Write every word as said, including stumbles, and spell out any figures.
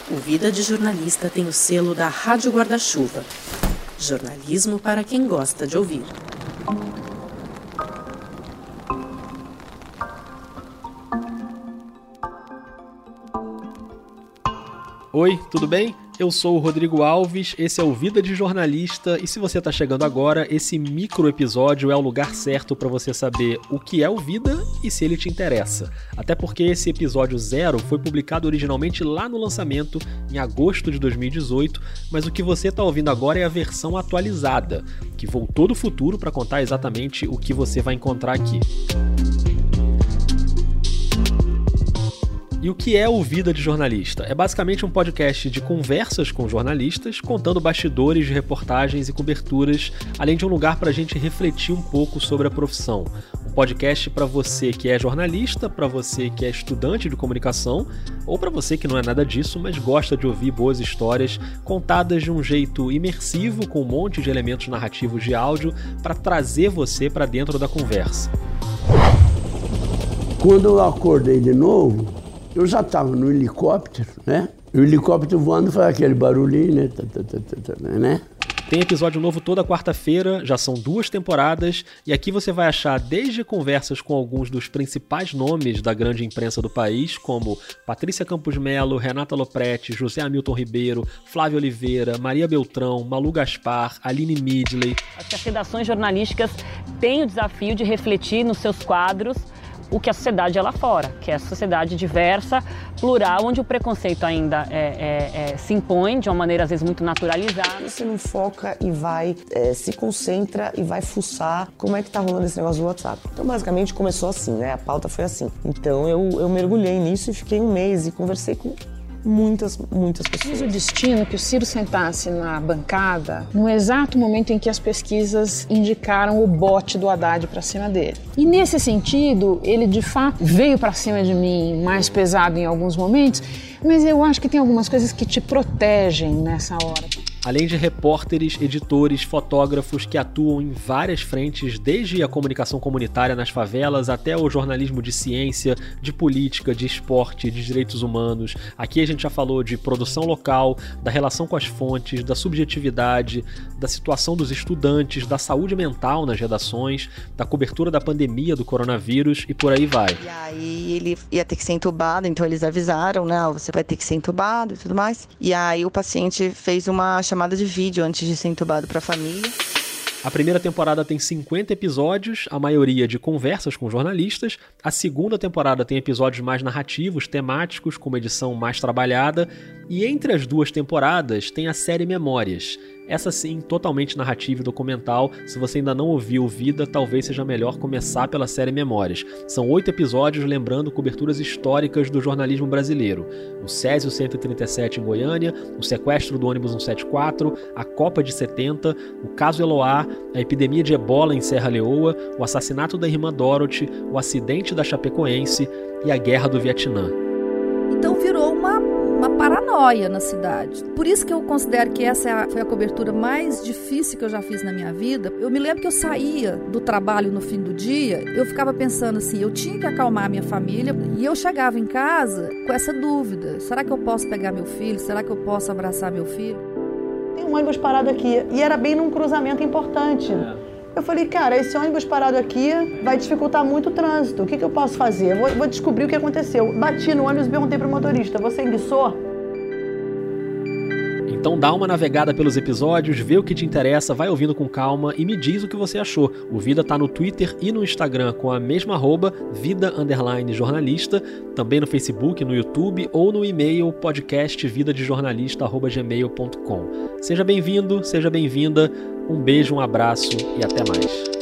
O Vida de Jornalista tem o selo da Rádio Guarda-Chuva. Jornalismo para quem gosta de ouvir. Oi, tudo bem? Eu sou o Rodrigo Alves, esse é o Vida de Jornalista e se você está chegando agora, esse micro episódio é o lugar certo para você saber o que é o Vida e se ele te interessa. Até porque esse episódio zero foi publicado originalmente lá no lançamento, em agosto de dois mil e dezoito, mas o que você está ouvindo agora é a versão atualizada, que voltou do futuro para contar exatamente o que você vai encontrar aqui. E o que é o Vida de Jornalista? É basicamente um podcast de conversas com jornalistas, contando bastidores de reportagens e coberturas, além de um lugar para a gente refletir um pouco sobre a profissão. Um podcast para você que é jornalista, para você que é estudante de comunicação, ou para você que não é nada disso, mas gosta de ouvir boas histórias contadas de um jeito imersivo, com um monte de elementos narrativos de áudio, para trazer você para dentro da conversa. Quando eu acordei de novo, eu já estava no helicóptero, né? O helicóptero voando faz aquele barulhinho, né? né? Tem episódio novo toda quarta-feira, já são duas temporadas, e aqui você vai achar desde conversas com alguns dos principais nomes da grande imprensa do país, como Patrícia Campos Melo, Renata Lopretti, José Hamilton Ribeiro, Flávio Oliveira, Maria Beltrão, Malu Gaspar, Aline Midley. Acho que as redações jornalísticas têm o desafio de refletir nos seus quadros o que a sociedade é lá fora, que é a sociedade diversa, plural, onde o preconceito ainda é, é, é, se impõe de uma maneira às vezes muito naturalizada. Você não foca e vai, é, se concentra e vai fuçar como é que tá rolando esse negócio do WhatsApp. Então basicamente começou assim, né? A pauta foi assim. Então eu, eu mergulhei nisso e fiquei um mês e conversei com muitas, muitas pessoas. Fiz o destino que o Ciro sentasse na bancada no exato momento em que as pesquisas indicaram o bote do Haddad para cima dele. E nesse sentido, ele de fato veio para cima de mim mais pesado em alguns momentos, mas eu acho que tem algumas coisas que te protegem nessa hora. Além de repórteres, editores, fotógrafos que atuam em várias frentes, desde a comunicação comunitária nas favelas até o jornalismo de ciência, de política, de esporte, de direitos humanos. Aqui a gente já falou de produção local, da relação com as fontes, da subjetividade, da situação dos estudantes, da saúde mental nas redações, da cobertura da pandemia do coronavírus e por aí vai. E aí ele ia ter que ser entubado, então eles avisaram, né, você vai ter que ser entubado e tudo mais. E aí o paciente fez uma chamada de vídeo antes de ser entubado para a família. A primeira temporada tem cinquenta episódios, a maioria de conversas com jornalistas. A segunda temporada tem episódios mais narrativos, temáticos, com uma edição mais trabalhada. E entre as duas temporadas tem a série Memórias. Essa sim, totalmente narrativa e documental. Se você ainda não ouviu Vida, talvez seja melhor começar pela série Memórias. São oito episódios lembrando coberturas históricas do jornalismo brasileiro. O Césio cento e trinta e sete em Goiânia, o sequestro do ônibus cento e setenta e quatro, a Copa de setenta, o caso Eloá, a epidemia de ebola em Serra Leoa, o assassinato da irmã Dorothy, o acidente da Chapecoense e a guerra do Vietnã. Então virou uma, uma paranoia na cidade. Por isso que eu considero que essa foi a cobertura mais difícil que eu já fiz na minha vida. Eu me lembro que eu saía do trabalho no fim do dia, eu ficava pensando assim, eu tinha que acalmar a minha família e eu chegava em casa com essa dúvida. Será que eu posso pegar meu filho? Será que eu posso abraçar meu filho? Tem um ônibus parado aqui e era bem num cruzamento importante. Eu falei, cara, esse ônibus parado aqui vai dificultar muito o trânsito. O que, que eu posso fazer? Eu vou, vou descobrir o que aconteceu. Bati no ônibus e perguntei pro motorista, você enguiçou? Então dá uma navegada pelos episódios, vê o que te interessa, vai ouvindo com calma e me diz o que você achou. O Vida tá no Twitter e no Instagram com a mesma arroba, vida underline jornalista, também no Facebook, no YouTube ou no e-mail podcastvidadejornalista arroba gmail ponto com. Seja bem-vindo, seja bem-vinda, um beijo, um abraço e até mais.